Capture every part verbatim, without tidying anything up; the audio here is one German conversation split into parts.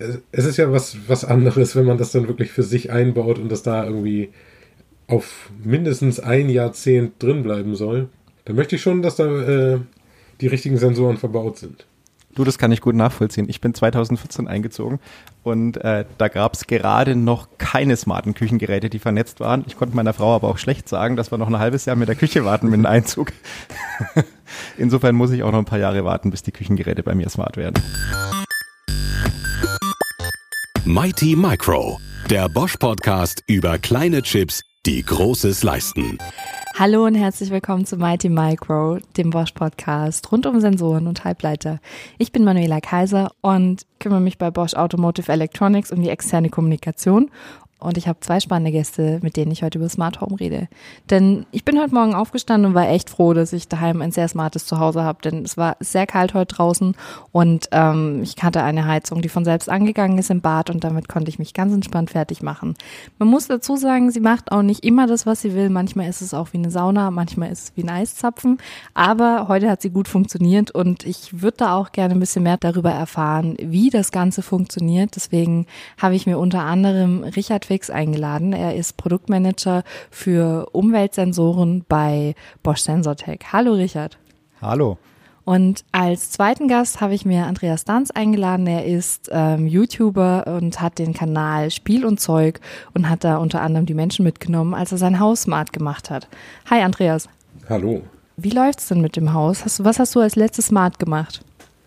es ist ja was, was anderes, wenn man das dann wirklich für sich einbaut und das da irgendwie auf mindestens ein Jahrzehnt drin bleiben soll. Da möchte ich schon, dass da äh, die richtigen Sensoren verbaut sind. Du, das kann ich gut nachvollziehen. Ich bin zweitausendvierzehn eingezogen und äh, da gab es gerade noch keine smarten Küchengeräte, die vernetzt waren. Ich konnte meiner Frau aber auch schlecht sagen, dass wir noch ein halbes Jahr mit der Küche warten mit dem Einzug. Insofern muss ich auch noch ein paar Jahre warten, bis die Küchengeräte bei mir smart werden. Mighty Micro, der Bosch-Podcast über kleine Chips, die Großes leisten. Hallo und herzlich willkommen zu Mighty Micro, dem Bosch-Podcast rund um Sensoren und Halbleiter. Ich bin Manuela Kaiser und kümmere mich bei Bosch Automotive Electronics um die externe Kommunikation. Und ich habe zwei spannende Gäste, mit denen ich heute über Smart Home rede. Denn ich bin heute Morgen aufgestanden und war echt froh, dass ich daheim ein sehr smartes Zuhause habe. Denn es war sehr kalt heute draußen und ähm, ich hatte eine Heizung, die von selbst angegangen ist im Bad und damit konnte ich mich ganz entspannt fertig machen. Man muss dazu sagen, sie macht auch nicht immer das, was sie will. Manchmal ist es auch wie eine Sauna, manchmal ist es wie ein Eiszapfen. Aber heute hat sie gut funktioniert und ich würde da auch gerne ein bisschen mehr darüber erfahren, wie das Ganze funktioniert. Deswegen habe ich mir unter anderem Richard eingeladen. Er ist Produktmanager für Umweltsensoren bei Bosch Sensortech. Hallo Richard. Hallo. Und als zweiten Gast habe ich mir Andreas Danz eingeladen. Er ist ähm, YouTuber und hat den Kanal Spiel und Zeug und hat da unter anderem die Menschen mitgenommen, als er sein Haus smart gemacht hat. Hi Andreas. Hallo. Wie läuft's denn mit dem Haus? Hast du, was hast du als letztes smart gemacht?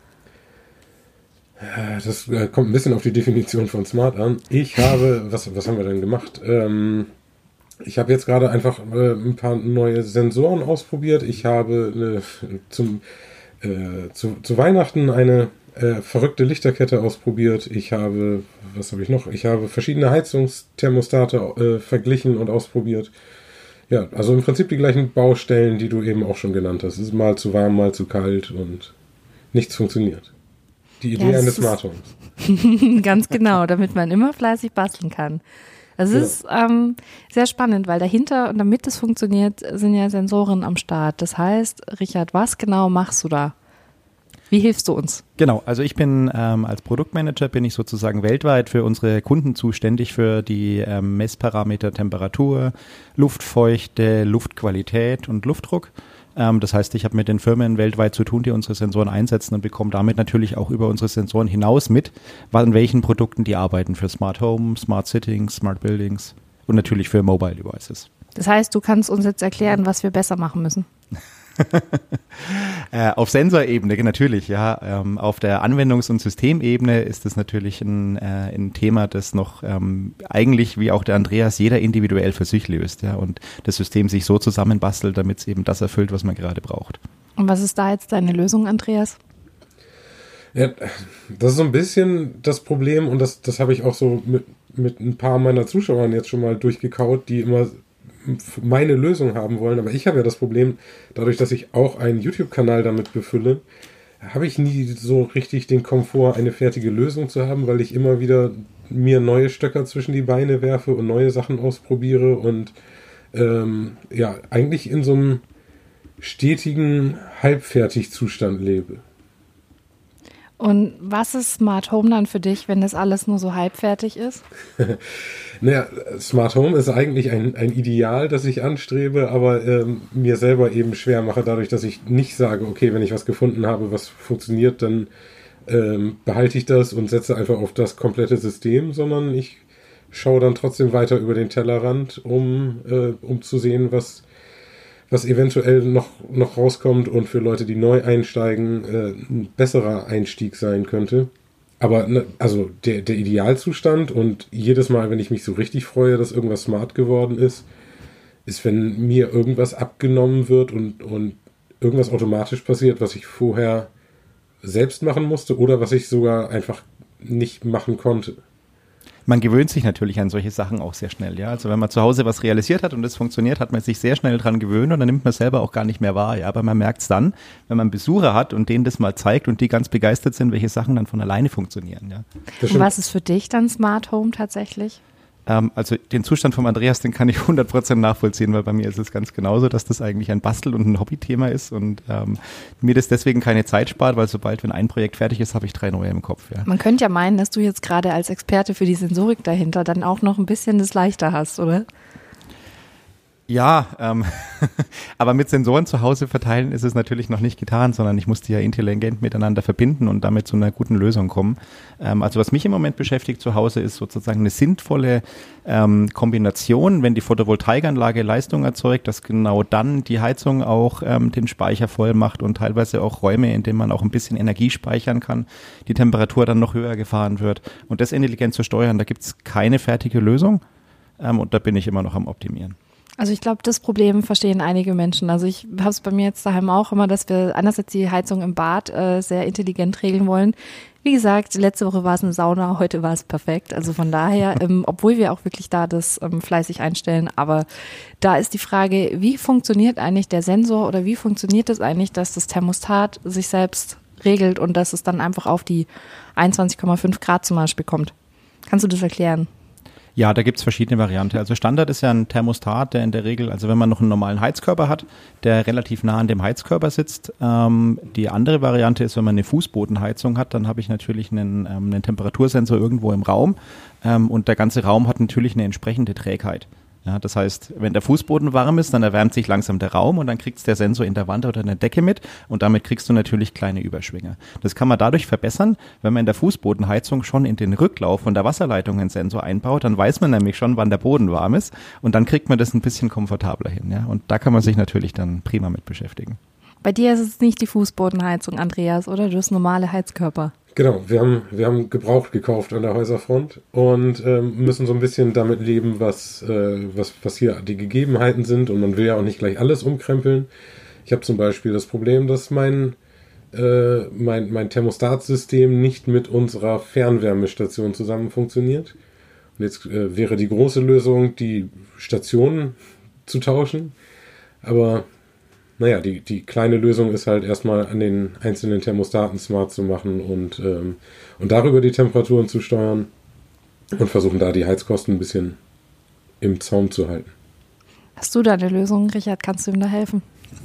Das kommt ein bisschen auf die Definition von smart an. Ich habe, was, was haben wir denn gemacht? Ähm, ich habe jetzt gerade einfach äh, ein paar neue Sensoren ausprobiert. Ich habe eine, zum, äh, zu, zu Weihnachten eine äh, verrückte Lichterkette ausprobiert. Ich habe, was habe ich noch? Ich habe verschiedene Heizungsthermostate äh, verglichen und ausprobiert. Ja, also im Prinzip die gleichen Baustellen, die du eben auch schon genannt hast. Es ist mal zu warm, mal zu kalt und nichts funktioniert. Die Idee ja, eines Smart Homes. Ganz genau, damit man immer fleißig basteln kann. Es ja. ist ähm, sehr spannend, weil dahinter und damit es funktioniert, sind ja Sensoren am Start. Das heißt, Richard, was genau machst du da? Wie hilfst du uns? Genau, also ich bin ähm, als Produktmanager, bin ich sozusagen weltweit für unsere Kunden zuständig für die ähm, Messparameter Temperatur, Luftfeuchte, Luftqualität und Luftdruck. Ähm, das heißt, ich habe mit den Firmen weltweit zu tun, die unsere Sensoren einsetzen und bekomme damit natürlich auch über unsere Sensoren hinaus mit, an welchen Produkten die arbeiten für Smart Home, Smart Sittings, Smart Buildings und natürlich für Mobile Devices. Das heißt, du kannst uns jetzt erklären, was wir besser machen müssen. äh, auf Sensorebene natürlich, ja. Ähm, auf der Anwendungs- und Systemebene ist das natürlich ein, äh, ein Thema, das noch ähm, eigentlich, wie auch der Andreas, jeder individuell für sich löst, ja, und das System sich so zusammenbastelt, damit es eben das erfüllt, was man gerade braucht. Und was ist da jetzt deine Lösung, Andreas? Ja, das ist so ein bisschen das Problem und das, das habe ich auch so mit, mit ein paar meiner Zuschauern jetzt schon mal durchgekaut, die immer meine Lösung haben wollen, aber ich habe ja das Problem, dadurch, dass ich auch einen YouTube-Kanal damit befülle, habe ich nie so richtig den Komfort, eine fertige Lösung zu haben, weil ich immer wieder mir neue Stöcker zwischen die Beine werfe und neue Sachen ausprobiere und ähm, ja, eigentlich in so einem stetigen Halbfertig-Zustand lebe. Und was ist Smart Home dann für dich, wenn das alles nur so halbfertig ist? Naja, Smart Home ist eigentlich ein, ein Ideal, das ich anstrebe, aber ähm, mir selber eben schwer mache, dadurch, dass ich nicht sage, okay, wenn ich was gefunden habe, was funktioniert, dann ähm, behalte ich das und setze einfach auf das komplette System, sondern ich schaue dann trotzdem weiter über den Tellerrand, um, äh, um zu sehen, was was eventuell noch, noch rauskommt und für Leute, die neu einsteigen, äh, ein besserer Einstieg sein könnte. Aber ne, also der, der Idealzustand und jedes Mal, wenn ich mich so richtig freue, dass irgendwas smart geworden ist, ist, wenn mir irgendwas abgenommen wird und, und irgendwas automatisch passiert, was ich vorher selbst machen musste oder was ich sogar einfach nicht machen konnte. Man gewöhnt sich natürlich an solche Sachen auch sehr schnell, ja. Also wenn man zu Hause was realisiert hat und es funktioniert, hat man sich sehr schnell dran gewöhnt und dann nimmt man es selber auch gar nicht mehr wahr, ja. Aber man merkt es dann, wenn man Besucher hat und denen das mal zeigt und die ganz begeistert sind, welche Sachen dann von alleine funktionieren, ja. Und was ist für dich dann Smart Home tatsächlich? Ähm, also den Zustand vom Andreas, den kann ich hundert Prozent nachvollziehen, weil bei mir ist es ganz genauso, dass das eigentlich ein Bastel- und ein Hobbythema ist und ähm, mir das deswegen keine Zeit spart, weil sobald, wenn ein Projekt fertig ist, habe ich drei neue im Kopf. Ja. Man könnte ja meinen, dass du jetzt gerade als Experte für die Sensorik dahinter dann auch noch ein bisschen das leichter hast, oder? Ja, ähm, aber mit Sensoren zu Hause verteilen ist es natürlich noch nicht getan, sondern ich muss die ja intelligent miteinander verbinden und damit zu einer guten Lösung kommen. Ähm, also was mich im Moment beschäftigt zu Hause ist sozusagen eine sinnvolle ähm, Kombination, wenn die Photovoltaikanlage Leistung erzeugt, dass genau dann die Heizung auch ähm, den Speicher voll macht und teilweise auch Räume, in denen man auch ein bisschen Energie speichern kann, die Temperatur dann noch höher gefahren wird und das intelligent zu steuern, da gibt es keine fertige Lösung ähm, und da bin ich immer noch am Optimieren. Also ich glaube, das Problem verstehen einige Menschen. Also ich habe es bei mir jetzt daheim auch immer, dass wir einerseits die Heizung im Bad äh, sehr intelligent regeln wollen. Wie gesagt, letzte Woche war es eine Sauna, heute war es perfekt. Also von daher, ähm, obwohl wir auch wirklich da das ähm, fleißig einstellen, aber da ist die Frage, wie funktioniert eigentlich der Sensor oder wie funktioniert es eigentlich, dass das Thermostat sich selbst regelt und dass es dann einfach auf die einundzwanzig Komma fünf Grad zum Beispiel kommt? Kannst du das erklären? Ja, da gibt's verschiedene Varianten. Also Standard ist ja ein Thermostat, der in der Regel, also wenn man noch einen normalen Heizkörper hat, der relativ nah an dem Heizkörper sitzt. Ähm, die andere Variante ist, wenn man eine Fußbodenheizung hat, dann habe ich natürlich einen, ähm, einen Temperatursensor irgendwo im Raum ähm, und der ganze Raum hat natürlich eine entsprechende Trägheit. Ja, das heißt, wenn der Fußboden warm ist, dann erwärmt sich langsam der Raum und dann kriegt der Sensor in der Wand oder in der Decke mit und damit kriegst du natürlich kleine Überschwinge. Das kann man dadurch verbessern, wenn man in der Fußbodenheizung schon in den Rücklauf von der Wasserleitung einen Sensor einbaut, dann weiß man nämlich schon, wann der Boden warm ist und dann kriegt man das ein bisschen komfortabler hin. Ja? Und da kann man sich natürlich dann prima mit beschäftigen. Bei dir ist es nicht die Fußbodenheizung, Andreas, oder? Du hast normale Heizkörper. Genau, wir haben, wir haben gebraucht gekauft an der Häuserfront und ähm, müssen so ein bisschen damit leben, was, äh, was, was hier die Gegebenheiten sind und man will ja auch nicht gleich alles umkrempeln. Ich habe zum Beispiel das Problem, dass mein, äh, mein, mein Thermostatsystem nicht mit unserer Fernwärmestation zusammen funktioniert. Und jetzt äh, wäre die große Lösung, die Stationen zu tauschen, aber naja, die, die kleine Lösung ist halt erstmal an den einzelnen Thermostaten smart zu machen und, ähm, und darüber die Temperaturen zu steuern und versuchen da die Heizkosten ein bisschen im Zaum zu halten. Hast du da eine Lösung, Richard? Kannst du ihm da helfen?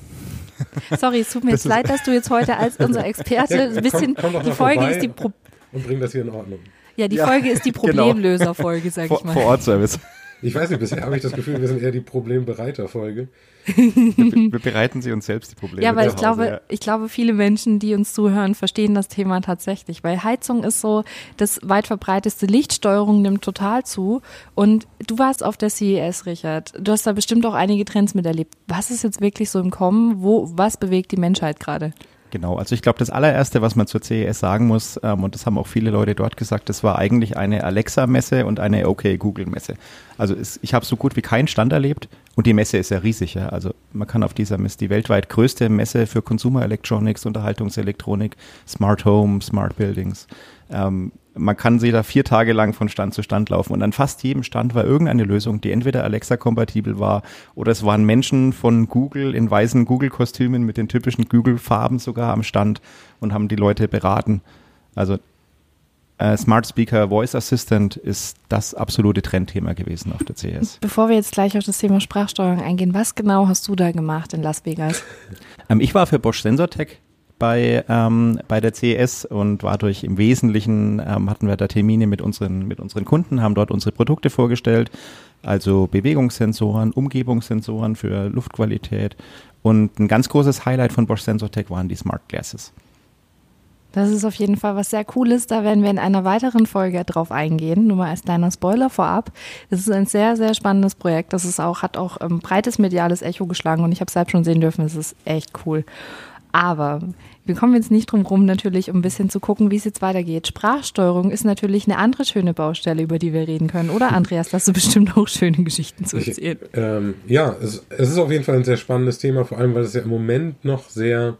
Sorry, es tut mir jetzt leid, dass du jetzt heute als unser Experte Ja, ein bisschen, komm, komm doch die mal Folge vorbei ist die Pro- und bring das hier in Ordnung. Ja, die Ja, Folge ist die genau. Problemlöser-Folge, sag ich mal. Vor-Ort-Service. Ich weiß nicht, bisher habe ich das Gefühl, wir sind eher die Problembereiter-Folge. Wir, wir bereiten sie uns selbst die Probleme. Ja, weil zu ich Hause, glaube, ja. ich glaube, viele Menschen, die uns zuhören, verstehen das Thema tatsächlich, weil Heizung ist so das weit verbreiteste. Lichtsteuerung nimmt total zu und du warst auf der C E S, Richard. Du hast da bestimmt auch einige Trends miterlebt. Was ist jetzt wirklich so im Kommen? Wo, was bewegt die Menschheit gerade? Genau, also ich glaube, das allererste, was man zur C E S sagen muss, ähm, und das haben auch viele Leute dort gesagt, das war eigentlich eine Alexa-Messe und eine OK-Google-Messe. Also es, ich habe so gut wie keinen Stand erlebt und die Messe ist ja riesig. Ja? Also man kann auf dieser Messe, die weltweit größte Messe für Consumer Electronics, Unterhaltungselektronik, Smart Home, Smart Buildings, ähm, man kann sie da vier Tage lang von Stand zu Stand laufen und an fast jedem Stand war irgendeine Lösung, die entweder Alexa-kompatibel war oder es waren Menschen von Google in weißen Google-Kostümen mit den typischen Google-Farben sogar am Stand und haben die Leute beraten. Also äh, Smart Speaker Voice Assistant ist das absolute Trendthema gewesen auf der C E S. Bevor wir jetzt gleich auf das Thema Sprachsteuerung eingehen, was genau hast du da gemacht in Las Vegas? Ähm, ich war für Bosch SensorTech bei ähm, bei der C E S und war durch im Wesentlichen ähm, hatten wir da Termine mit unseren mit unseren Kunden, haben dort unsere Produkte vorgestellt, also Bewegungssensoren, Umgebungssensoren für Luftqualität und ein ganz großes Highlight von Bosch SensorTech waren die Smart Glasses. Das ist auf jeden Fall was sehr Cooles. Da werden wir in einer weiteren Folge drauf eingehen. Nur mal als kleiner Spoiler vorab. Das ist ein sehr, sehr spannendes Projekt. Das ist auch, hat auch ähm, breites mediales Echo geschlagen und ich habe es selbst schon sehen dürfen. Das ist echt cool. Aber wir kommen jetzt nicht drum rum, natürlich, um ein bisschen zu gucken, wie es jetzt weitergeht. Sprachsteuerung ist natürlich eine andere schöne Baustelle, über die wir reden können. Oder, Andreas, da hast du bestimmt auch schöne Geschichten zu erzählen. Ich, ähm, ja, es, es ist auf jeden Fall ein sehr spannendes Thema, vor allem, weil es ja im Moment noch sehr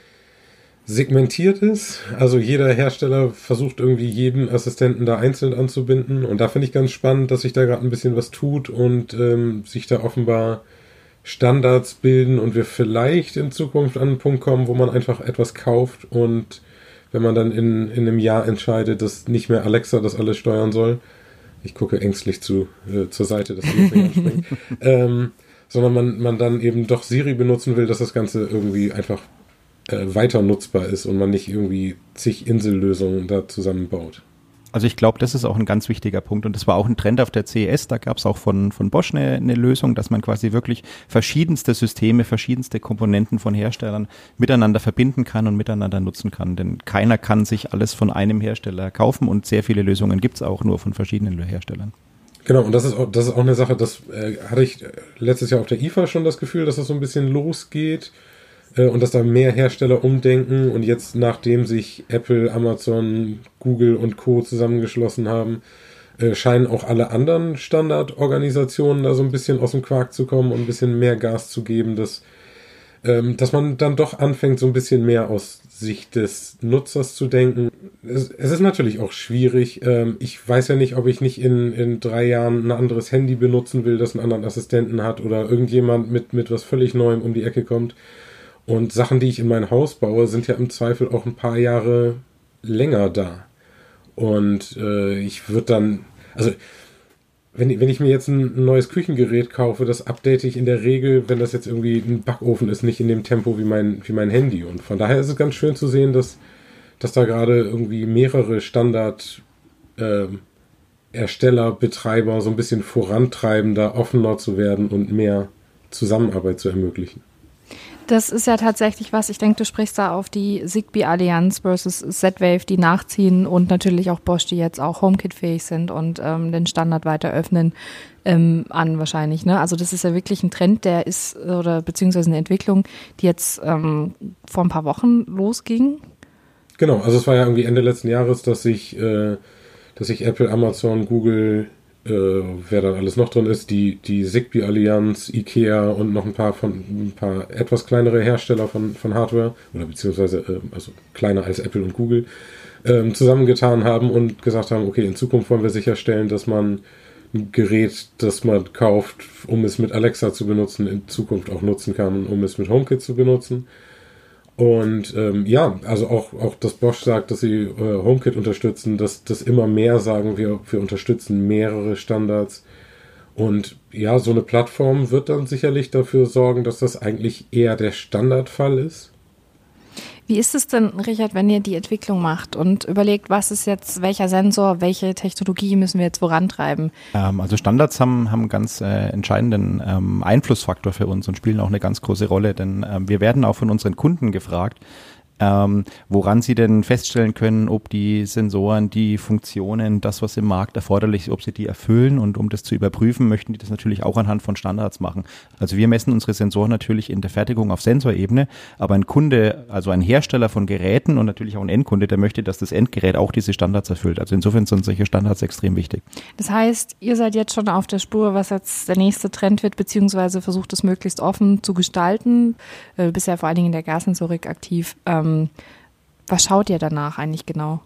segmentiert ist. Also jeder Hersteller versucht irgendwie jeden Assistenten da einzeln anzubinden. Und da finde ich ganz spannend, dass sich da gerade ein bisschen was tut und ähm, sich da offenbar Standards bilden und wir vielleicht in Zukunft an einen Punkt kommen, wo man einfach etwas kauft und wenn man dann in, in einem Jahr entscheidet, dass nicht mehr Alexa das alles steuern soll, Ich gucke ängstlich zu, äh, zur Seite, dass die nicht anspringen. ähm, sondern man, man dann eben doch Siri benutzen will, dass das Ganze irgendwie einfach äh, weiter nutzbar ist und man nicht irgendwie zig Insellösungen da zusammenbaut. Also ich glaube, das ist auch ein ganz wichtiger Punkt und das war auch ein Trend auf der C E S, da gab es auch von, von Bosch eine, eine Lösung, dass man quasi wirklich verschiedenste Systeme, verschiedenste Komponenten von Herstellern miteinander verbinden kann und miteinander nutzen kann, denn keiner kann sich alles von einem Hersteller kaufen und sehr viele Lösungen gibt es auch nur von verschiedenen Herstellern. Genau, und das ist auch, das ist auch eine Sache, das äh, hatte ich letztes Jahr auf der I F A schon das Gefühl, dass das so ein bisschen losgeht. Und dass da mehr Hersteller umdenken und jetzt, nachdem sich Apple, Amazon, Google und Co. zusammengeschlossen haben, äh, scheinen auch alle anderen Standardorganisationen da so ein bisschen aus dem Quark zu kommen und ein bisschen mehr Gas zu geben, dass, ähm, dass man dann doch anfängt, so ein bisschen mehr aus Sicht des Nutzers zu denken. Es, es ist natürlich auch schwierig. Ähm, ich weiß ja nicht, ob ich nicht in, in drei Jahren ein anderes Handy benutzen will, das einen anderen Assistenten hat oder irgendjemand mit, mit was völlig Neuem um die Ecke kommt. Und Sachen, die ich in mein Haus baue, sind ja im Zweifel auch ein paar Jahre länger da. Und äh, ich würde dann, also wenn, wenn ich mir jetzt ein neues Küchengerät kaufe, das update ich in der Regel, wenn das jetzt irgendwie ein Backofen ist, nicht in dem Tempo wie mein, wie mein Handy. Und von daher ist es ganz schön zu sehen, dass, dass da gerade irgendwie mehrere Standard äh, Ersteller, Betreiber so ein bisschen vorantreiben, da offener zu werden und mehr Zusammenarbeit zu ermöglichen. Das ist ja tatsächlich was, ich denke, du sprichst da auf die Zigbee-Allianz versus Z-Wave, die nachziehen und natürlich auch Bosch, die jetzt auch HomeKit-fähig sind und ähm, den Standard weiter öffnen, ähm, an wahrscheinlich. Ne? Also das ist ja wirklich ein Trend, der ist, oder beziehungsweise eine Entwicklung, die jetzt ähm, vor ein paar Wochen losging. Genau, also es war ja irgendwie Ende letzten Jahres, dass sich, äh, dass sich Apple, Amazon, Google, Äh, wer dann alles noch drin ist, die, die Zigbee-Allianz, IKEA und noch ein paar von ein paar etwas kleinere Hersteller von, von Hardware, oder beziehungsweise äh, also kleiner als Apple und Google, äh, zusammengetan haben und gesagt haben, okay, in Zukunft wollen wir sicherstellen, dass man ein Gerät, das man kauft, um es mit Alexa zu benutzen, in Zukunft auch nutzen kann, um es mit HomeKit zu benutzen. Und ähm, ja, also auch, auch dass Bosch sagt, dass sie äh, HomeKit unterstützen, dass das immer mehr sagen, wir, wir unterstützen mehrere Standards. Und ja, so eine Plattform wird dann sicherlich dafür sorgen, dass das eigentlich eher der Standardfall ist. Wie ist es denn, Richard, wenn ihr die Entwicklung macht und überlegt, was ist jetzt, welcher Sensor, welche Technologie müssen wir jetzt vorantreiben? Ähm, also Standards haben, haben einen ganz äh, entscheidenden ähm, Einflussfaktor für uns und spielen auch eine ganz große Rolle, denn ähm, wir werden auch von unseren Kunden gefragt, ähm, woran sie denn feststellen können, ob die Sensoren, die Funktionen, das, was im Markt erforderlich ist, ob sie die erfüllen, und um das zu überprüfen, möchten die das natürlich auch anhand von Standards machen. Also wir messen unsere Sensoren natürlich in der Fertigung auf Sensorebene, aber ein Kunde, also ein Hersteller von Geräten und natürlich auch ein Endkunde, der möchte, dass das Endgerät auch diese Standards erfüllt. Also insofern sind solche Standards extrem wichtig. Das heißt, ihr seid jetzt schon auf der Spur, was jetzt der nächste Trend wird, beziehungsweise versucht es möglichst offen zu gestalten. Äh, bisher vor allen Dingen in der Gassensorik aktiv. Ähm, Was schaut ihr danach eigentlich genau?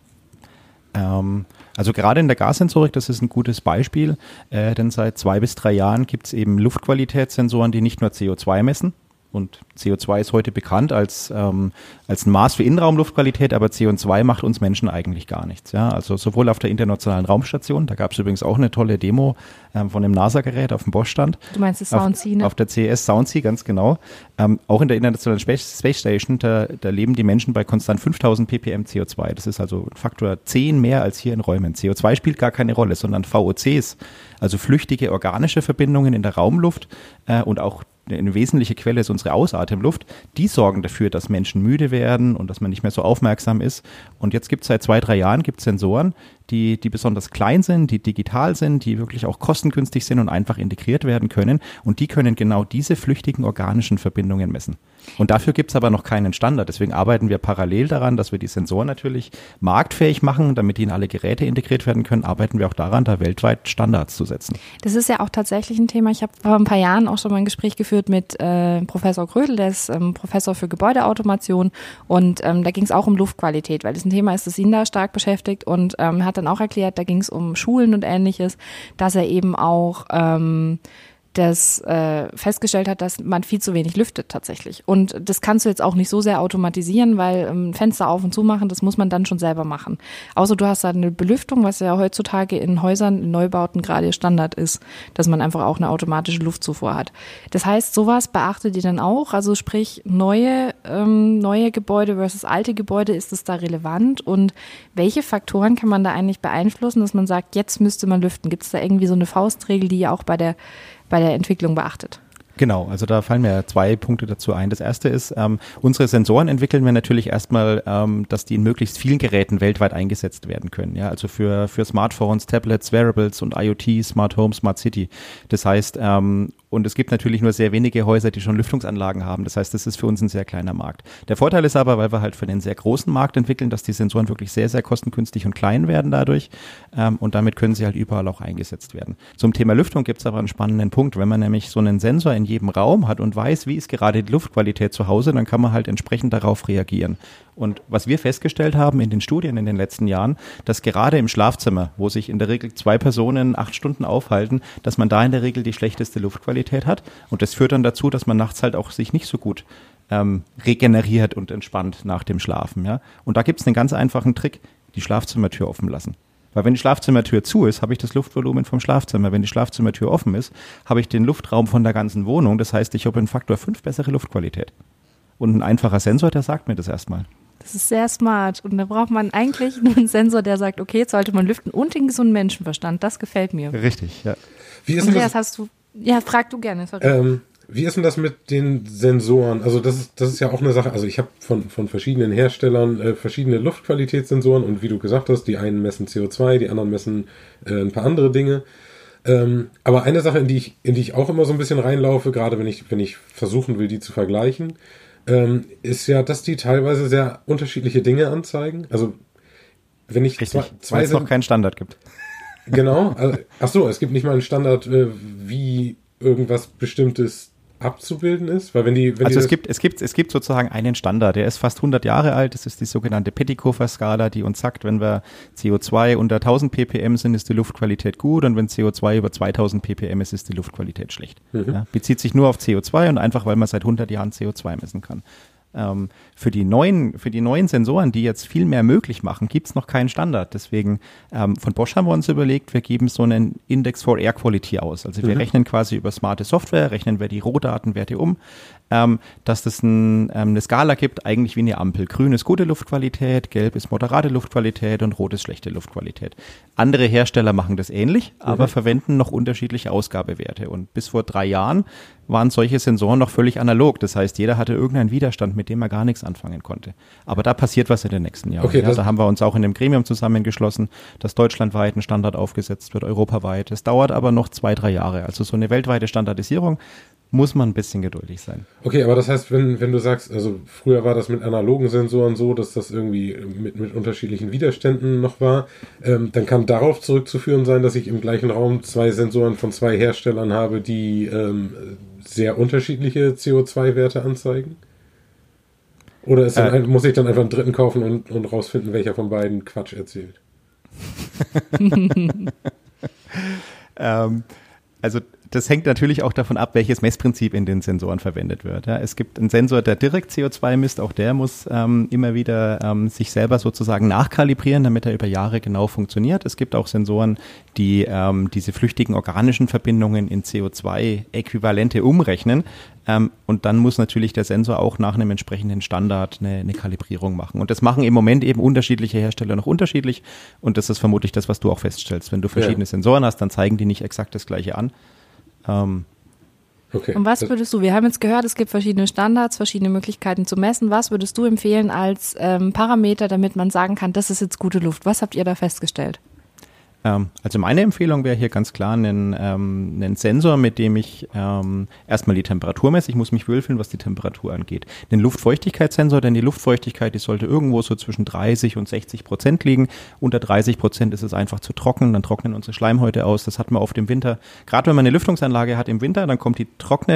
Ähm, also gerade in der Gassensorik, das ist ein gutes Beispiel, äh, denn seit zwei bis drei Jahren gibt es eben Luftqualitätssensoren, die nicht nur C O zwei messen. Und C O zwei ist heute bekannt als, ähm, als ein Maß für Innenraumluftqualität, aber C O zwei macht uns Menschen eigentlich gar nichts. Ja? Also sowohl auf der Internationalen Raumstation, da gab es übrigens auch eine tolle Demo ähm, von dem NASA-Gerät auf dem Bosch-Stand. Du meinst das Soundsea, ne? Auf der C E S Soundsea, ganz genau. Ähm, auch in der Internationalen Space, Space Station, da, da leben die Menschen bei konstant fünftausend ppm C O zwei. Das ist also ein Faktor zehn mehr als hier in Räumen. C O zwei spielt gar keine Rolle, sondern V O Cs, also flüchtige organische Verbindungen in der Raumluft äh, und auch eine wesentliche Quelle ist unsere Ausatemluft, die sorgen dafür, dass Menschen müde werden und dass man nicht mehr so aufmerksam ist. Und jetzt gibt es seit zwei, drei Jahren gibt's Sensoren, die, die besonders klein sind, die digital sind, die wirklich auch kostengünstig sind und einfach integriert werden können. Und die können genau diese flüchtigen organischen Verbindungen messen. Und dafür gibt es aber noch keinen Standard. Deswegen arbeiten wir parallel daran, dass wir die Sensoren natürlich marktfähig machen, damit die in alle Geräte integriert werden können, arbeiten wir auch daran, da weltweit Standards zu setzen. Das ist ja auch tatsächlich ein Thema. Ich habe vor ein paar Jahren auch schon mal ein Gespräch geführt mit äh, Professor Grödel, der ist ähm, Professor für Gebäudeautomation, und ähm, da ging es auch um Luftqualität, weil das ein Thema ist, das ihn da stark beschäftigt, und ähm, hat dann auch erklärt, da ging es um Schulen und Ähnliches, dass er eben auch ähm, das äh, festgestellt hat, dass man viel zu wenig lüftet tatsächlich. Und das kannst du jetzt auch nicht so sehr automatisieren, weil ähm, Fenster auf und zu machen, das muss man dann schon selber machen. Außer du hast da eine Belüftung, was ja heutzutage in Häusern, in Neubauten gerade Standard ist, dass man einfach auch eine automatische Luftzufuhr hat. Das heißt, sowas beachtet ihr dann auch? Also sprich, neue, ähm, neue Gebäude versus alte Gebäude, ist es da relevant? Und welche Faktoren kann man da eigentlich beeinflussen, dass man sagt, jetzt müsste man lüften? Gibt es da irgendwie so eine Faustregel, die ihr auch bei der bei der Entwicklung beachtet? Genau, also da fallen mir zwei Punkte dazu ein. Das erste ist, ähm, unsere Sensoren entwickeln wir natürlich erstmal, ähm, dass die in möglichst vielen Geräten weltweit eingesetzt werden können. Ja, also für für Smartphones, Tablets, Wearables und IoT, Smart Home, Smart City. Das heißt, ähm, und es gibt natürlich nur sehr wenige Häuser, die schon Lüftungsanlagen haben. Das heißt, das ist für uns ein sehr kleiner Markt. Der Vorteil ist aber, weil wir halt für einen sehr großen Markt entwickeln, dass die Sensoren wirklich sehr, sehr kostengünstig und klein werden dadurch. Ähm, und damit können sie halt überall auch eingesetzt werden. Zum Thema Lüftung gibt es aber einen spannenden Punkt. Wenn man nämlich so einen Sensor in jedem Raum hat und weiß, wie ist gerade die Luftqualität zu Hause, dann kann man halt entsprechend darauf reagieren. Und was wir festgestellt haben in den Studien in den letzten Jahren, dass gerade im Schlafzimmer, wo sich in der Regel zwei Personen acht Stunden aufhalten, dass man da in der Regel die schlechteste Luftqualität hat. Und das führt dann dazu, dass man nachts halt auch sich nicht so gut ähm, regeneriert und entspannt nach dem Schlafen. Ja? Und da gibt es einen ganz einfachen Trick, die Schlafzimmertür offen lassen. Weil wenn die Schlafzimmertür zu ist, habe ich das Luftvolumen vom Schlafzimmer. Wenn die Schlafzimmertür offen ist, habe ich den Luftraum von der ganzen Wohnung. Das heißt, ich habe einen Faktor fünf bessere Luftqualität. Und ein einfacher Sensor, der sagt mir das erstmal. Das ist sehr smart. Und da braucht man eigentlich nur einen Sensor, der sagt, okay, jetzt sollte man lüften und den gesunden Menschenverstand. Das gefällt mir. Richtig, ja. Wie ist Andreas, das? hast du, ja, frag du gerne. Ähm, wie ist denn das mit den Sensoren? Also das ist, das ist ja auch eine Sache, also ich habe von, von verschiedenen Herstellern äh, verschiedene Luftqualitätssensoren und wie du gesagt hast, die einen messen C O zwei, die anderen messen äh, ein paar andere Dinge. Ähm, aber eine Sache, in die ich, in die ich auch immer so ein bisschen reinlaufe, gerade wenn ich, wenn ich versuchen will, die zu vergleichen, ähm, ist ja, dass die teilweise sehr unterschiedliche Dinge anzeigen. Also wenn ich Richtig, zwei, zwei weil es noch keinen Standard gibt. Genau, also, ach so, es gibt nicht mal einen Standard, äh, wie irgendwas Bestimmtes abzubilden ist, weil wenn die, wenn also die es gibt, es gibt, es gibt sozusagen einen Standard, der ist fast hundert Jahre alt, das ist die sogenannte Petitkofer-Skala, die uns sagt, wenn wir C O zwei unter tausend ppm sind, ist die Luftqualität gut und wenn C O zwei über zweitausend ppm ist, ist die Luftqualität schlecht. Mhm. Ja, bezieht sich nur auf C O zwei und einfach, weil man seit hundert Jahren C O zwei messen kann. Ähm, für die neuen, für die neuen Sensoren, die jetzt viel mehr möglich machen, gibt es noch keinen Standard. Deswegen ähm, von Bosch haben wir uns überlegt, wir geben so einen Index for Air Quality aus. Also wir mhm. rechnen quasi über smarte Software, rechnen wir die Rohdatenwerte um, ähm, dass das ein, ähm, eine Skala gibt, eigentlich wie eine Ampel. Grün ist gute Luftqualität, gelb ist moderate Luftqualität und rot ist schlechte Luftqualität. Andere Hersteller machen das ähnlich, mhm. aber verwenden noch unterschiedliche Ausgabewerte. Und bis vor drei Jahren waren solche Sensoren noch völlig analog. Das heißt, jeder hatte irgendeinen Widerstand, mit dem er gar nichts anfangen konnte. Aber da passiert was in den nächsten Jahren. Okay, ja, da haben wir uns auch in dem Gremium zusammengeschlossen, dass deutschlandweit ein Standard aufgesetzt wird, europaweit. Es dauert aber noch zwei, drei Jahre. Also so eine weltweite Standardisierung muss man ein bisschen geduldig sein. Okay, aber das heißt, wenn, wenn du sagst, also früher war das mit analogen Sensoren so, dass das irgendwie mit, mit unterschiedlichen Widerständen noch war, ähm, dann kann darauf zurückzuführen sein, dass ich im gleichen Raum zwei Sensoren von zwei Herstellern habe, die ähm, sehr unterschiedliche C O zwei Werte anzeigen? Oder ist dann äh, ein, muss ich dann einfach einen dritten kaufen und, und rausfinden, welcher von beiden Quatsch erzählt? ähm, also das hängt natürlich auch davon ab, welches Messprinzip in den Sensoren verwendet wird. Ja, es gibt einen Sensor, der direkt C O zwei misst, auch der muss ähm, immer wieder ähm, sich selber sozusagen nachkalibrieren, damit er über Jahre genau funktioniert. Es gibt auch Sensoren, die ähm, diese flüchtigen organischen Verbindungen in C O zwei Äquivalente umrechnen. Ähm, und dann muss natürlich der Sensor auch nach einem entsprechenden Standard eine, eine Kalibrierung machen. Und das machen im Moment eben unterschiedliche Hersteller noch unterschiedlich. Und das ist vermutlich das, was du auch feststellst. Wenn du verschiedene ja. Sensoren hast, dann zeigen die nicht exakt das Gleiche an. Ähm, okay. Und was würdest du, wir haben jetzt gehört, es gibt verschiedene Standards, verschiedene Möglichkeiten zu messen. Was würdest du empfehlen als ähm, Parameter, damit man sagen kann, das ist jetzt gute Luft? Was habt ihr da festgestellt? Ähm, also meine Empfehlung wäre hier ganz klar einen, ähm, einen Sensor, mit dem ich ähm, erstmal die Temperatur messe. Ich muss mich wohlfühlen, was die Temperatur angeht. Den Luftfeuchtigkeitssensor, denn die Luftfeuchtigkeit, die sollte irgendwo so zwischen dreißig und sechzig Prozent liegen. Unter dreißig Prozent ist es einfach zu trocken, dann trocknen unsere Schleimhäute aus. Das hat man oft im Winter. Gerade wenn man eine Lüftungsanlage hat im Winter, dann kommt die trockene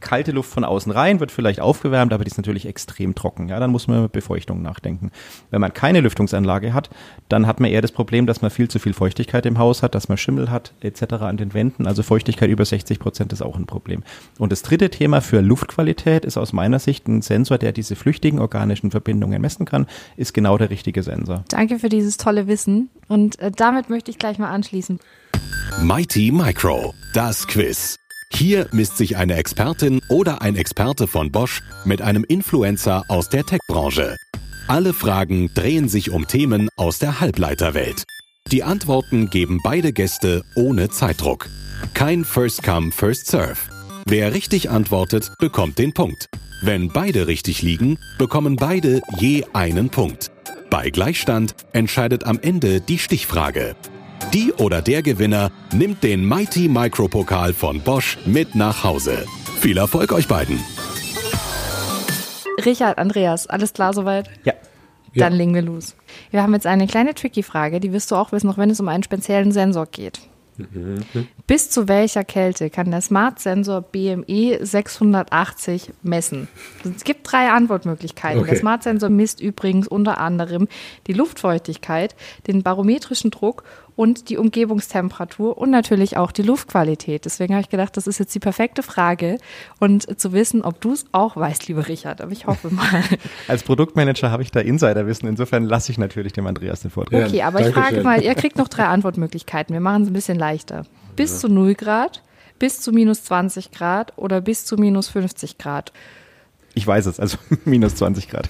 kalte Luft von außen rein, wird vielleicht aufgewärmt, aber die ist natürlich extrem trocken. Ja, dann muss man über Befeuchtung nachdenken. Wenn man keine Lüftungsanlage hat, dann hat man eher das Problem, dass man viel zu viel Feuchtigkeit im Haus hat, dass man Schimmel hat et cetera an den Wänden. Also Feuchtigkeit über sechzig Prozent ist auch ein Problem. Und das dritte Thema für Luftqualität ist aus meiner Sicht ein Sensor, der diese flüchtigen organischen Verbindungen messen kann, ist genau der richtige Sensor. Danke für dieses tolle Wissen und äh, damit möchte ich gleich mal anschließen. Mighty Micro, das Quiz. Hier misst sich eine Expertin oder ein Experte von Bosch mit einem Influencer aus der Tech-Branche. Alle Fragen drehen sich um Themen aus der Halbleiterwelt. Die Antworten geben beide Gäste ohne Zeitdruck. Kein First Come, First Serve. Wer richtig antwortet, bekommt den Punkt. Wenn beide richtig liegen, bekommen beide je einen Punkt. Bei Gleichstand entscheidet am Ende die Stichfrage. Die oder der Gewinner nimmt den Mighty Micro Pokal von Bosch mit nach Hause. Viel Erfolg euch beiden. Richard, Andreas, alles klar soweit? Ja. Dann Ja. legen wir los. Wir haben jetzt eine kleine Tricky-Frage, die wirst du auch wissen, auch wenn es um einen speziellen Sensor geht. Mhm. Bis zu welcher Kälte kann der Smart-Sensor B M E sechshundertachtzig messen? Es gibt drei Antwortmöglichkeiten. Okay. Der Smart-Sensor misst übrigens unter anderem die Luftfeuchtigkeit, den barometrischen Druck und die Umgebungstemperatur und natürlich auch die Luftqualität. Deswegen habe ich gedacht, das ist jetzt die perfekte Frage und zu wissen, ob du es auch weißt, lieber Richard. Aber ich hoffe mal. Als Produktmanager habe ich da Insiderwissen, insofern lasse ich natürlich dem Andreas den Vortrag. Ja, Okay, aber ich danke frage schön. mal, ihr kriegt noch drei Antwortmöglichkeiten. Wir machen es ein bisschen leichter. Bis zu null Grad, bis zu minus zwanzig Grad oder bis zu minus fünfzig Grad. Ich weiß es, also minus zwanzig Grad.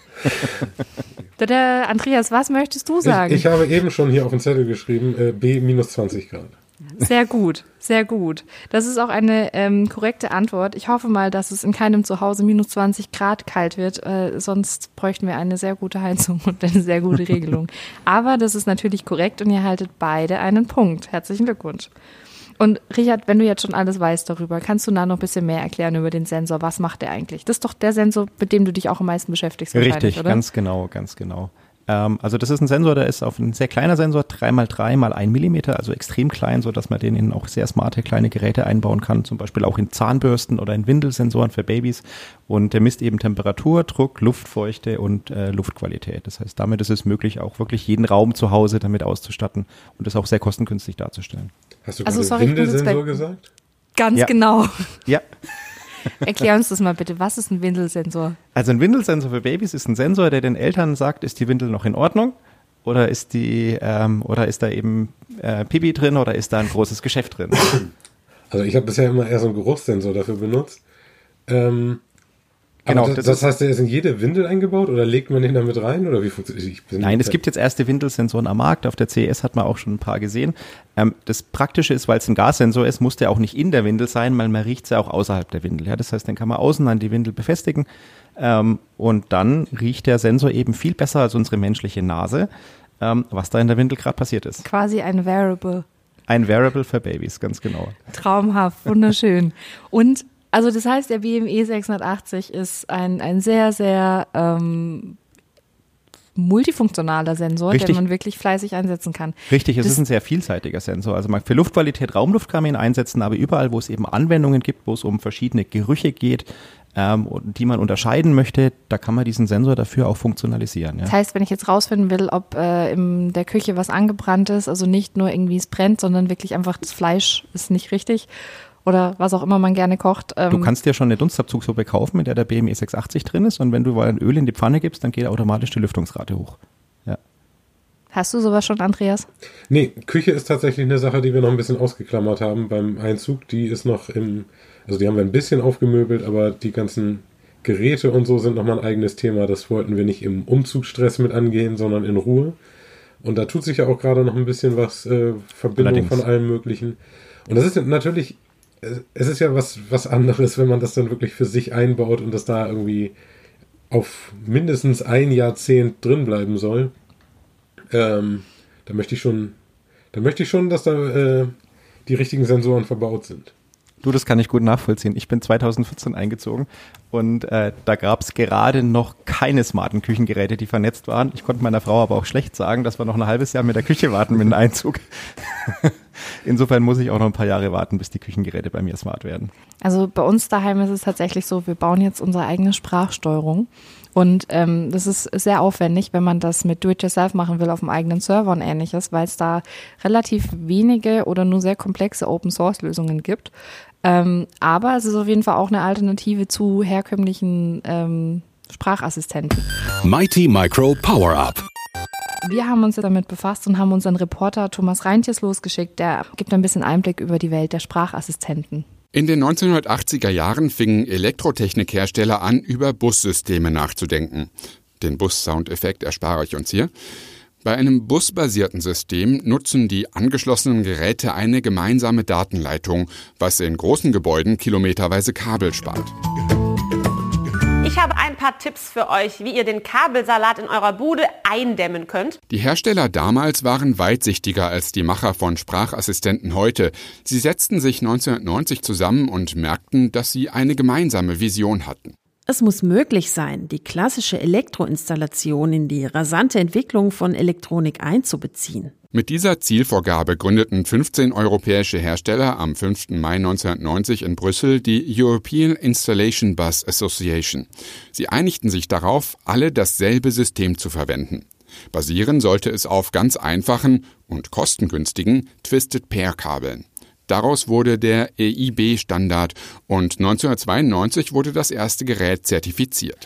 Der Andreas, was möchtest du sagen? Ich, ich habe eben schon hier auf den Zettel geschrieben, äh, B minus zwanzig Grad. Sehr gut, sehr gut. Das ist auch eine ähm, korrekte Antwort. Ich hoffe mal, dass es in keinem Zuhause minus zwanzig Grad kalt wird, äh, sonst bräuchten wir eine sehr gute Heizung und eine sehr gute Regelung. Aber das ist natürlich korrekt und ihr haltet beide einen Punkt. Herzlichen Glückwunsch. Und Richard, wenn du jetzt schon alles weißt darüber, kannst du da noch ein bisschen mehr erklären über den Sensor? Was macht der eigentlich? Das ist doch der Sensor, mit dem du dich auch am meisten beschäftigst wahrscheinlich, Richtig, oder? ganz genau, ganz genau. Ähm, also das ist ein Sensor, der ist auf ein sehr kleiner Sensor, drei mal drei mal ein Millimeter, also extrem klein, sodass man den in auch sehr smarte kleine Geräte einbauen kann, zum Beispiel auch in Zahnbürsten oder in Windelsensoren für Babys. Und der misst eben Temperatur, Druck, Luftfeuchte und äh, Luftqualität. Das heißt, damit ist es möglich, auch wirklich jeden Raum zu Hause damit auszustatten und das auch sehr kostengünstig darzustellen. Hast du Also, gerade sorry, ich bin jetzt Windelsensor bei- gesagt? Ganz Ja. genau. Ja. Erklär uns das mal bitte. Was ist ein Windelsensor? Also ein Windelsensor für Babys ist ein Sensor, der den Eltern sagt, ist die Windel noch in Ordnung oder ist die ähm, oder ist da eben äh, Pipi drin oder ist da ein großes Geschäft drin? Also ich habe bisher immer eher so einen Geruchssensor dafür benutzt. Ähm, Genau, aber das das, das ist- heißt, der ist in jede Windel eingebaut oder legt man den damit rein oder wie funktioniert ich bin Nein, es gibt jetzt erste Windelsensoren am Markt. Auf der C E S hat man auch schon ein paar gesehen. Ähm, das Praktische ist, weil es ein Gassensor ist, muss der auch nicht in der Windel sein, weil man riecht es ja auch außerhalb der Windel. Ja, das heißt, den kann man außen an die Windel befestigen ähm, und dann riecht der Sensor eben viel besser als unsere menschliche Nase, ähm, was da in der Windel gerade passiert ist. Quasi ein Variable. Ein Variable für Babys, ganz genau. Traumhaft, wunderschön. Und also das heißt, der B M E sechshundertachtzig ist ein, ein sehr, sehr ähm, multifunktionaler Sensor, Richtig. den man wirklich fleißig einsetzen kann. Richtig, es Das- ist ein sehr vielseitiger Sensor. Also man für Luftqualität, Raumluft kann man ihn einsetzen, aber überall, wo es eben Anwendungen gibt, wo es um verschiedene Gerüche geht, ähm, und die man unterscheiden möchte, da kann man diesen Sensor dafür auch funktionalisieren. Ja. Das heißt, wenn ich jetzt rausfinden will, ob äh, in der Küche was angebrannt ist, also nicht nur irgendwie es brennt, sondern wirklich einfach das Fleisch ist nicht richtig oder was auch immer man gerne kocht. Ähm, Du kannst dir schon eine Dunstabzugssuppe kaufen, in der der B M E sechshundertachtzig drin ist und wenn du mal ein Öl in die Pfanne gibst, dann geht automatisch die Lüftungsrate hoch. Ja. Hast du sowas schon, Andreas? Nee, Küche ist tatsächlich eine Sache, die wir noch ein bisschen ausgeklammert haben beim Einzug. Die ist noch im, also die haben wir ein bisschen aufgemöbelt, aber die ganzen Geräte und so sind nochmal ein eigenes Thema. Das wollten wir nicht im Umzugsstress mit angehen, sondern in Ruhe. Und da tut sich ja auch gerade noch ein bisschen was, äh, Verbindung Allerdings. von allem Möglichen. Und das ist natürlich, es ist ja was, was anderes, wenn man das dann wirklich für sich einbaut und das da irgendwie auf mindestens ein Jahrzehnt drin bleiben soll. Ähm, da möchte ich schon, da möchte ich schon, dass da äh, die richtigen Sensoren verbaut sind. Du, das kann ich gut nachvollziehen. Ich bin zweitausendvierzehn eingezogen und äh, da gab es gerade noch keine smarten Küchengeräte, die vernetzt waren. Ich konnte meiner Frau aber auch schlecht sagen, dass wir noch ein halbes Jahr mit der Küche warten mit dem Einzug. Insofern muss ich auch noch ein paar Jahre warten, bis die Küchengeräte bei mir smart werden. Also bei uns daheim ist es tatsächlich so, wir bauen jetzt unsere eigene Sprachsteuerung. Und ähm, das ist sehr aufwendig, wenn man das mit Do-it-yourself machen will auf dem eigenen Server und ähnliches, weil es da relativ wenige oder nur sehr komplexe Open-Source-Lösungen gibt. Ähm, aber es ist auf jeden Fall auch eine Alternative zu herkömmlichen ähm, Sprachassistenten. Mighty Micro Power-Up. Wir haben uns damit befasst und haben unseren Reporter Thomas Reintjes losgeschickt. Der gibt ein bisschen Einblick über die Welt der Sprachassistenten. In den neunzehnhundertachtziger Jahren fingen Elektrotechnikhersteller an, über Bussysteme nachzudenken. Den Bus-Soundeffekt erspare ich uns hier. Bei einem busbasierten System nutzen die angeschlossenen Geräte eine gemeinsame Datenleitung, was in großen Gebäuden kilometerweise Kabel spart. Ich habe ein paar Tipps für euch, wie ihr den Kabelsalat in eurer Bude eindämmen könnt. Die Hersteller damals waren weitsichtiger als die Macher von Sprachassistenten heute. Sie setzten sich neunzehnhundertneunzig zusammen und merkten, dass sie eine gemeinsame Vision hatten. Es muss möglich sein, die klassische Elektroinstallation in die rasante Entwicklung von Elektronik einzubeziehen. Mit dieser Zielvorgabe gründeten fünfzehn europäische Hersteller am fünften Mai neunzehnhundertneunzig in Brüssel die European Installation Bus Association. Sie einigten sich darauf, alle dasselbe System zu verwenden. Basieren sollte es auf ganz einfachen und kostengünstigen Twisted-Pair-Kabeln. Daraus wurde der E I B-Standard und neunzehnhundertzweiundneunzig wurde das erste Gerät zertifiziert.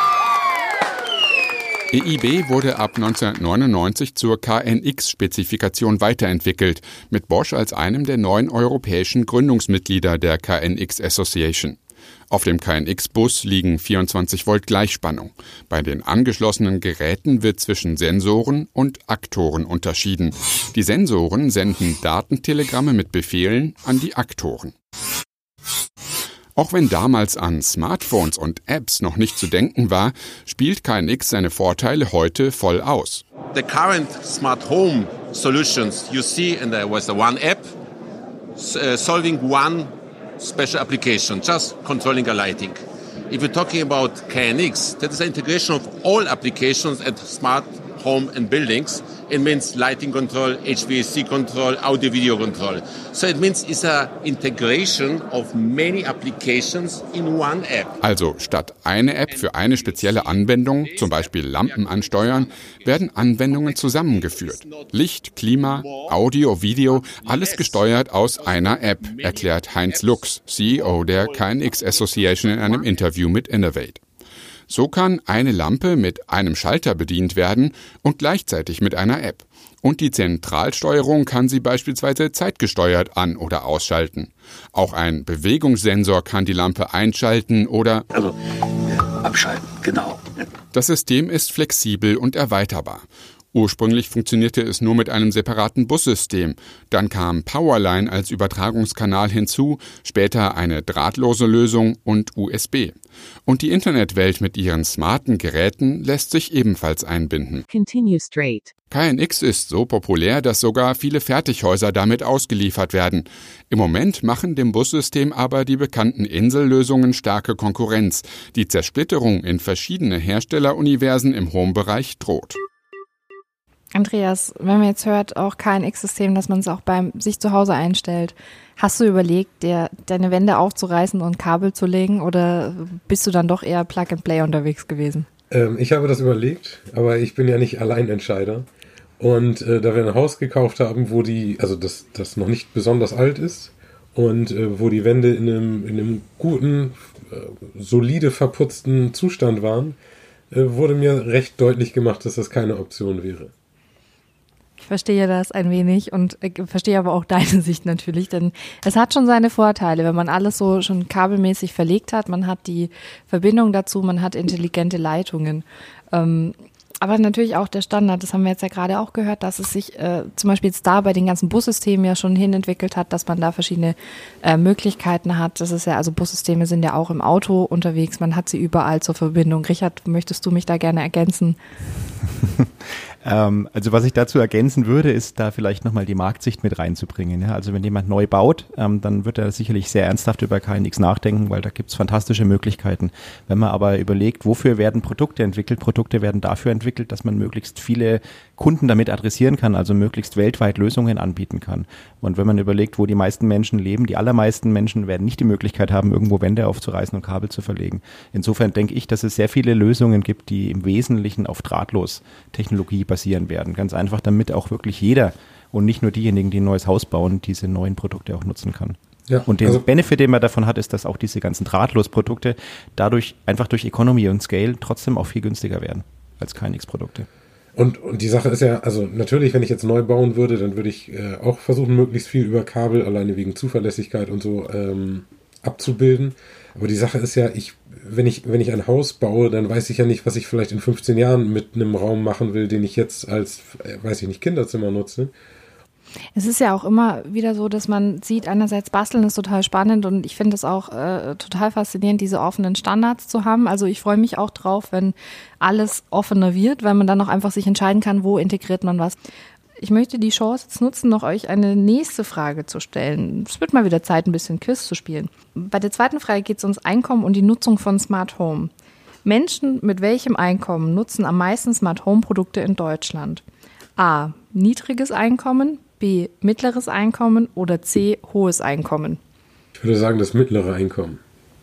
E I B wurde ab neunzehnhundertneunundneunzig zur K N X-Spezifikation weiterentwickelt, mit Bosch als einem der neun europäischen Gründungsmitglieder der K N X Association. Auf dem K N X-Bus liegen vierundzwanzig Volt Gleichspannung. Bei den angeschlossenen Geräten wird zwischen Sensoren und Aktoren unterschieden. Die Sensoren senden Datentelegramme mit Befehlen an die Aktoren. Auch wenn damals an Smartphones und Apps noch nicht zu denken war, spielt K N X seine Vorteile heute voll aus. The current smart home solutions you see, and there was the one app uh, solving one special application, just controlling a lighting. If you're talking about K N X, that is the integration of all applications at smart home and buildings. It means lighting control, H V A C control, audio video control. So it means it's a integration of many applications in one app. Also statt eine App für eine spezielle Anwendung, zum Beispiel Lampen ansteuern, werden Anwendungen zusammengeführt. Licht, Klima, Audio, Video, alles gesteuert aus einer App, erklärt Heinz Lux, C E O der K N X Association in einem Interview mit Innovate. So kann eine Lampe mit einem Schalter bedient werden und gleichzeitig mit einer App. Und die Zentralsteuerung kann sie beispielsweise zeitgesteuert an- oder ausschalten. Auch ein Bewegungssensor kann die Lampe einschalten oder also, äh, abschalten, genau. Das System ist flexibel und erweiterbar. Ursprünglich funktionierte es nur mit einem separaten Bussystem. Dann kam Powerline als Übertragungskanal hinzu, später eine drahtlose Lösung und U S B. Und die Internetwelt mit ihren smarten Geräten lässt sich ebenfalls einbinden. Continue straight. K N X ist so populär, dass sogar viele Fertighäuser damit ausgeliefert werden. Im Moment machen dem Bussystem aber die bekannten Insellösungen starke Konkurrenz. Die Zersplitterung in verschiedene Herstelleruniversen im Home-Bereich droht. Andreas, wenn man jetzt hört, auch K N X-System, dass man es auch beim sich zu Hause einstellt, hast du überlegt, dir deine Wände aufzureißen und Kabel zu legen oder bist du dann doch eher Plug-and-Play unterwegs gewesen? Ähm, ich habe das überlegt, aber ich bin ja nicht Alleinentscheider. Und äh, da wir ein Haus gekauft haben, wo die, also das, das noch nicht besonders alt ist und äh, wo die Wände in einem, in einem guten, äh, solide verputzten Zustand waren, äh, wurde mir recht deutlich gemacht, dass das keine Option wäre. Ich verstehe das ein wenig und äh, verstehe aber auch deine Sicht natürlich, denn es hat schon seine Vorteile, wenn man alles so schon kabelmäßig verlegt hat. Man hat die Verbindung dazu, man hat intelligente Leitungen. Ähm, aber natürlich auch der Standard, das haben wir jetzt ja gerade auch gehört, dass es sich äh, zum Beispiel jetzt da bei den ganzen Bussystemen ja schon hinentwickelt hat, dass man da verschiedene äh, Möglichkeiten hat. Das ist ja, also Bussysteme sind ja auch im Auto unterwegs, man hat sie überall zur Verbindung. Richard, möchtest du mich da gerne ergänzen? Ähm, also was ich dazu ergänzen würde, ist da vielleicht nochmal die Marktsicht mit reinzubringen. Ja? Also wenn jemand neu baut, ähm, dann wird er sicherlich sehr ernsthaft über K N X nachdenken, weil da gibt's fantastische Möglichkeiten. Wenn man aber überlegt, wofür werden Produkte entwickelt, Produkte werden dafür entwickelt, dass man möglichst viele Kunden damit adressieren kann, also möglichst weltweit Lösungen anbieten kann. Und wenn man überlegt, wo die meisten Menschen leben, die allermeisten Menschen werden nicht die Möglichkeit haben, irgendwo Wände aufzureißen und Kabel zu verlegen. Insofern denke ich, dass es sehr viele Lösungen gibt, die im Wesentlichen auf Drahtlos-Technologie basieren werden. Ganz einfach, damit auch wirklich jeder und nicht nur diejenigen, die ein neues Haus bauen, diese neuen Produkte auch nutzen kann. Ja, und der also Benefit, den man davon hat, ist, dass auch diese ganzen Drahtlos-Produkte dadurch einfach durch Economy und Scale trotzdem auch viel günstiger werden als K N X-Produkte. Und, und die Sache ist ja, also natürlich, wenn ich jetzt neu bauen würde, dann würde ich äh, auch versuchen, möglichst viel über Kabel, alleine wegen Zuverlässigkeit und so, ähm, abzubilden. Aber die Sache ist ja, ich, wenn ich, wenn ich ein Haus baue, dann weiß ich ja nicht, was ich vielleicht in fünfzehn Jahren mit einem Raum machen will, den ich jetzt als, äh, weiß ich nicht, Kinderzimmer nutze. Es ist ja auch immer wieder so, dass man sieht, einerseits Basteln ist total spannend und ich finde es auch äh, total faszinierend, diese offenen Standards zu haben. Also ich freue mich auch drauf, wenn alles offener wird, weil man dann auch einfach sich entscheiden kann, wo integriert man was. Ich möchte die Chance jetzt nutzen, noch euch eine nächste Frage zu stellen. Es wird mal wieder Zeit, ein bisschen Quiz zu spielen. Bei der zweiten Frage geht es ums Einkommen und die Nutzung von Smart Home. Menschen mit welchem Einkommen nutzen am meisten Smart Home Produkte in Deutschland? A. Niedriges Einkommen, B. Mittleres Einkommen oder C. Hohes Einkommen? Ich würde sagen, das mittlere Einkommen.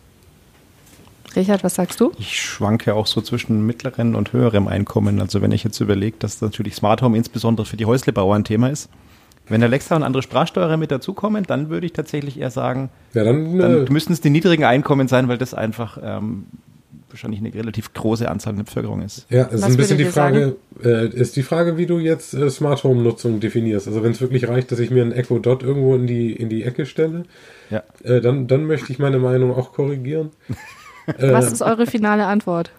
Richard, was sagst du? Ich schwanke auch so zwischen mittleren und höherem Einkommen. Also wenn ich jetzt überlege, dass natürlich Smart Home insbesondere für die Häuslebauer ein Thema ist. Wenn Alexa und andere Sprachsteuerer mit dazukommen, dann würde ich tatsächlich eher sagen, ja, dann, dann äh, müssten es die niedrigen Einkommen sein, weil das einfach ähm, wahrscheinlich eine relativ große Anzahl der Bevölkerung ist. Ja, es ist ein bisschen die Frage, äh, ist die Frage, wie du jetzt äh, Smart Home Nutzung definierst. Also wenn es wirklich reicht, dass ich mir einen Echo Dot irgendwo in die, in die Ecke stelle, ja. äh, dann, dann möchte ich meine Meinung auch korrigieren. Was ist eure finale Antwort?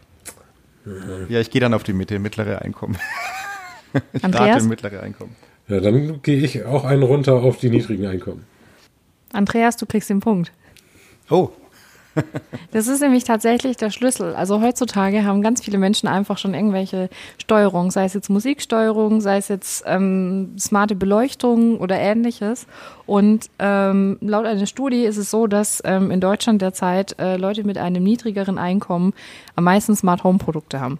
Ja, ich gehe dann auf die Mitte, mittlere Einkommen. Ich Andreas? rate mittlere Einkommen. Ja, dann gehe ich auch einen runter auf die niedrigen Einkommen. Andreas, du kriegst den Punkt. Oh. Das ist nämlich tatsächlich der Schlüssel. Also heutzutage haben ganz viele Menschen einfach schon irgendwelche Steuerungen, sei es jetzt Musiksteuerung, sei es jetzt ähm, smarte Beleuchtung oder ähnliches. Und ähm, laut einer Studie ist es so, dass ähm, in Deutschland derzeit äh, Leute mit einem niedrigeren Einkommen am meisten Smart Home Produkte haben.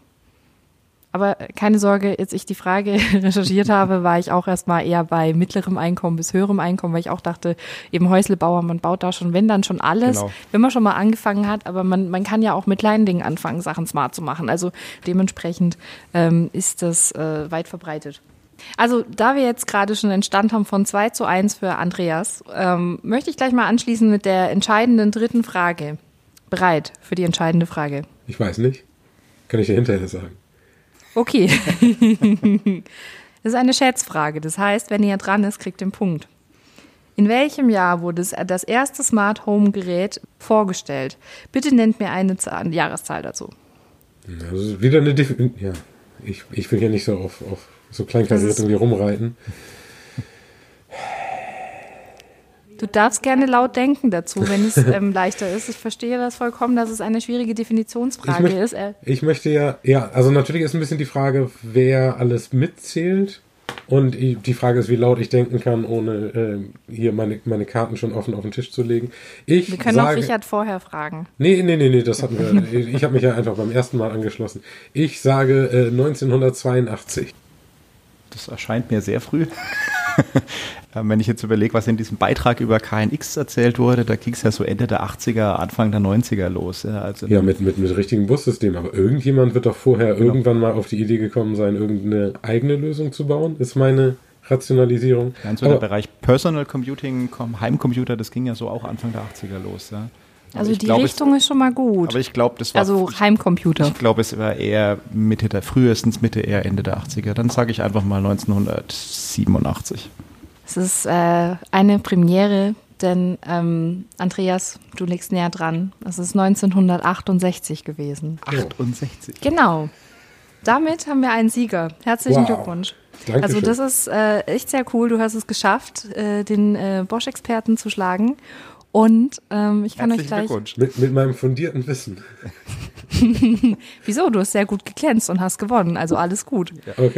Aber keine Sorge, jetzt ich die Frage recherchiert habe, war ich auch erstmal eher bei mittlerem Einkommen bis höherem Einkommen, weil ich auch dachte, eben Häuslebauer, man baut da schon, wenn dann schon alles, genau. Wenn man schon mal angefangen hat, aber man, man kann ja auch mit kleinen Dingen anfangen, Sachen smart zu machen. Also dementsprechend ähm, ist das äh, weit verbreitet. Also da wir jetzt gerade schon einen Stand haben von zwei zu eins für Andreas, ähm, möchte ich gleich mal anschließen mit der entscheidenden dritten Frage. Bereit für die entscheidende Frage? Ich weiß nicht. Kann ich dir hinterher sagen. Okay. Das ist eine Schätzfrage. Das heißt, wenn ihr dran ist, kriegt ihr den Punkt. In welchem Jahr wurde das erste Smart Home Gerät vorgestellt? Bitte nennt mir eine, Zahl, eine Jahreszahl dazu. Also wieder eine Def- ja, ich, ich will hier nicht so auf, auf so kleinkariert irgendwie rumreiten. Du darfst gerne laut denken dazu, wenn es ähm, leichter ist. Ich verstehe das vollkommen, dass es eine schwierige Definitionsfrage ich möcht, ist. Äh, ich möchte ja, ja, also natürlich ist ein bisschen die Frage, wer alles mitzählt. Und die Frage ist, wie laut ich denken kann, ohne äh, hier meine, meine Karten schon offen auf den Tisch zu legen. Ich wir können sage, auch Richard vorher fragen. Nee, nee, nee, nee, das hatten wir. Ich habe mich ja einfach beim ersten Mal angeschlossen. Ich sage äh, neunzehnhundertzweiundachtzig. Das erscheint mir sehr früh. Wenn ich jetzt überlege, was in diesem Beitrag über K N X erzählt wurde, da ging es ja so Ende der achtziger, Anfang der neunziger los. Ja, also ja mit, mit, mit richtigem Bussystem. Aber irgendjemand wird doch vorher genau. irgendwann mal auf die Idee gekommen sein, irgendeine eigene Lösung zu bauen, ist meine Rationalisierung. Ja, so der Bereich Personal Computing, Heimcomputer, das ging ja so auch Anfang der achtziger los. Ja. Also die glaub, Richtung es, ist schon mal gut. Aber ich glaube, das war... Also Heimcomputer. Ich, ich glaube, es war eher Mitte der, frühestens Mitte, eher Ende der achtziger. Dann sage ich einfach mal neunzehnhundertsiebenundachtzig. Es ist äh, eine Premiere, denn ähm, Andreas, du liegst näher dran. Es ist neunzehnhundertachtundsechzig gewesen. achtundsechzig? Genau. Damit haben wir einen Sieger. Herzlichen wow. Glückwunsch. Dankeschön. Also das ist äh, echt sehr cool. Du hast es geschafft, äh, den äh, Bosch-Experten zu schlagen. Und ähm, ich kann euch gleich... Mit, mit meinem fundierten Wissen. Wieso? Du hast sehr gut geglänzt und hast gewonnen. Also alles gut. Okay.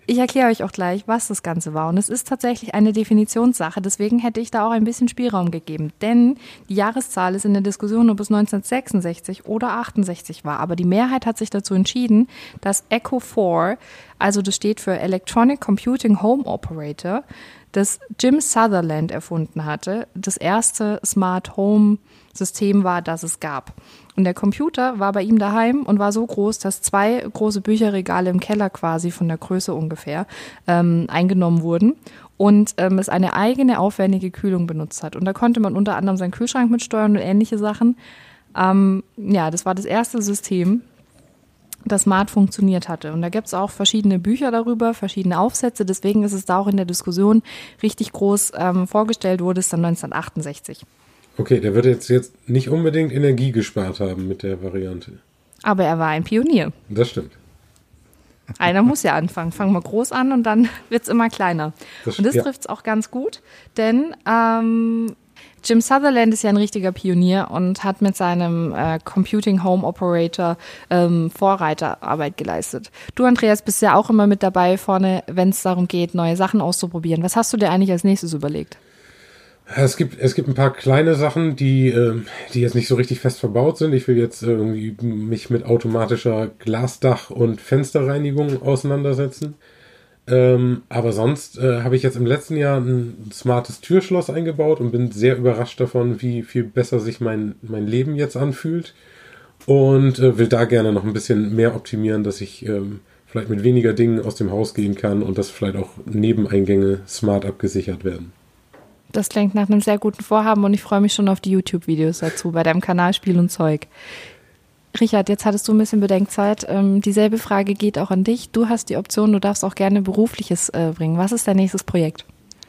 Ich erkläre euch auch gleich, was das Ganze war. Und es ist tatsächlich eine Definitionssache. Deswegen hätte ich da auch ein bisschen Spielraum gegeben. Denn die Jahreszahl ist in der Diskussion, ob es neunzehnhundertsechsundsechzig oder achtundsechzig war. Aber die Mehrheit hat sich dazu entschieden, dass Echo vier, also das steht für Electronic Computing Home Operator, das Jim Sutherland erfunden hatte, das erste Smart Home System war, das es gab. Und der Computer war bei ihm daheim und war so groß, dass zwei große Bücherregale im Keller quasi von der Größe ungefähr ähm, eingenommen wurden und ähm, es eine eigene aufwendige Kühlung benutzt hat. Und da konnte man unter anderem seinen Kühlschrank mitsteuern und ähnliche Sachen. Ähm, ja, das war das erste System, das smart funktioniert hatte. Und da gibt es auch verschiedene Bücher darüber, verschiedene Aufsätze. Deswegen ist es da auch in der Diskussion richtig groß ähm, vorgestellt, wurde es dann neunzehnhundertachtundsechzig. Okay, der wird jetzt, jetzt nicht unbedingt Energie gespart haben mit der Variante. Aber er war ein Pionier. Das stimmt. Einer muss ja anfangen. Fangen wir groß an und dann wird es immer kleiner. Das, und das ja. trifft es auch ganz gut, denn ähm, Jim Sutherland ist ja ein richtiger Pionier und hat mit seinem äh, Computing Home Operator ähm, Vorreiterarbeit geleistet. Du, Andreas, bist ja auch immer mit dabei vorne, wenn es darum geht, neue Sachen auszuprobieren. Was hast du dir eigentlich als nächstes überlegt? Es gibt, es gibt ein paar kleine Sachen, die, äh, die jetzt nicht so richtig fest verbaut sind. Ich will jetzt irgendwie mich mit automatischer Glasdach- und Fensterreinigung auseinandersetzen. Ähm, aber sonst äh, habe ich jetzt im letzten Jahr ein smartes Türschloss eingebaut und bin sehr überrascht davon, wie viel besser sich mein, mein Leben jetzt anfühlt. Und äh, will da gerne noch ein bisschen mehr optimieren, dass ich ähm, vielleicht mit weniger Dingen aus dem Haus gehen kann und dass vielleicht auch Nebeneingänge smart abgesichert werden. Das klingt nach einem sehr guten Vorhaben und ich freue mich schon auf die YouTube-Videos dazu bei deinem Kanal Spiel und Zeug. Richard, jetzt hattest du ein bisschen Bedenkzeit. Ähm, dieselbe Frage geht auch an dich. Du hast die Option, du darfst auch gerne Berufliches äh, bringen. Was ist dein nächstes Projekt?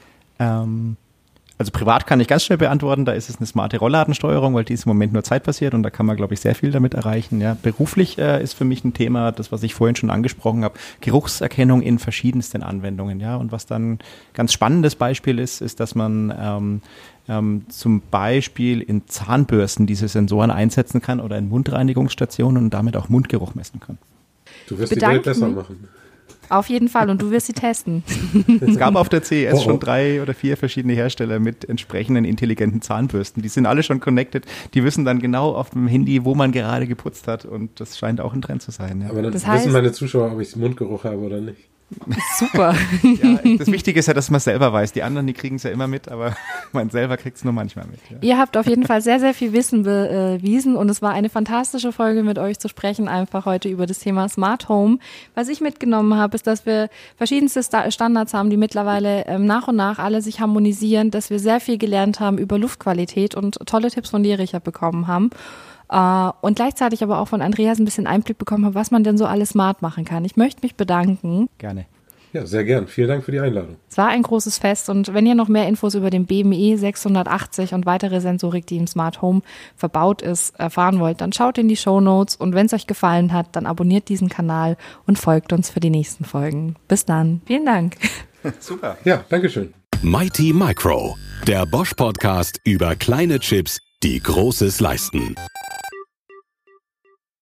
Ähm, also privat kann ich ganz schnell beantworten, da ist es eine smarte Rollladensteuerung, weil die ist im Moment nur zeitbasiert und da kann man, glaube ich, sehr viel damit erreichen. Ja. Beruflich äh, ist für mich ein Thema, das, was ich vorhin schon angesprochen habe, Geruchserkennung in verschiedensten Anwendungen. Ja. Und was dann ein ganz spannendes Beispiel ist, ist, dass man ähm, ähm, zum Beispiel in Zahnbürsten diese Sensoren einsetzen kann oder in Mundreinigungsstationen und damit auch Mundgeruch messen kann. Du wirst die Welt besser machen. Auf jeden Fall und du wirst sie testen. Es gab auf der C E S oh, oh. schon drei oder vier verschiedene Hersteller mit entsprechenden intelligenten Zahnbürsten. Die sind alle schon connected. Die wissen dann genau auf dem Handy, wo man gerade geputzt hat und das scheint auch ein Trend zu sein. Ja. Aber dann das heißt, wissen meine Zuschauer, ob ich Mundgeruch habe oder nicht. Super. Ja, das Wichtige ist ja, dass man es selber weiß. Die anderen, die kriegen es ja immer mit, aber man selber kriegt es nur manchmal mit. Ja. Ihr habt auf jeden Fall sehr, sehr viel Wissen bewiesen und es war eine fantastische Folge mit euch zu sprechen, einfach heute über das Thema Smart Home. Was ich mitgenommen habe, ist, dass wir verschiedenste Standards haben, die mittlerweile ähm, nach und nach alle sich harmonisieren, dass wir sehr viel gelernt haben über Luftqualität und tolle Tipps von dir, Richard, bekommen haben. Uh, und gleichzeitig aber auch von Andreas ein bisschen Einblick bekommen habe, was man denn so alles smart machen kann. Ich möchte mich bedanken. Gerne. Ja, sehr gern. Vielen Dank für die Einladung. Es war ein großes Fest und wenn ihr noch mehr Infos über den B M E sechshundertachtzig und weitere Sensorik, die im Smart Home verbaut ist, erfahren wollt, dann schaut in die Shownotes und wenn es euch gefallen hat, dann abonniert diesen Kanal und folgt uns für die nächsten Folgen. Bis dann. Vielen Dank. Super. Ja, dankeschön. Mighty Micro, der Bosch-Podcast über kleine Chips, die Großes leisten.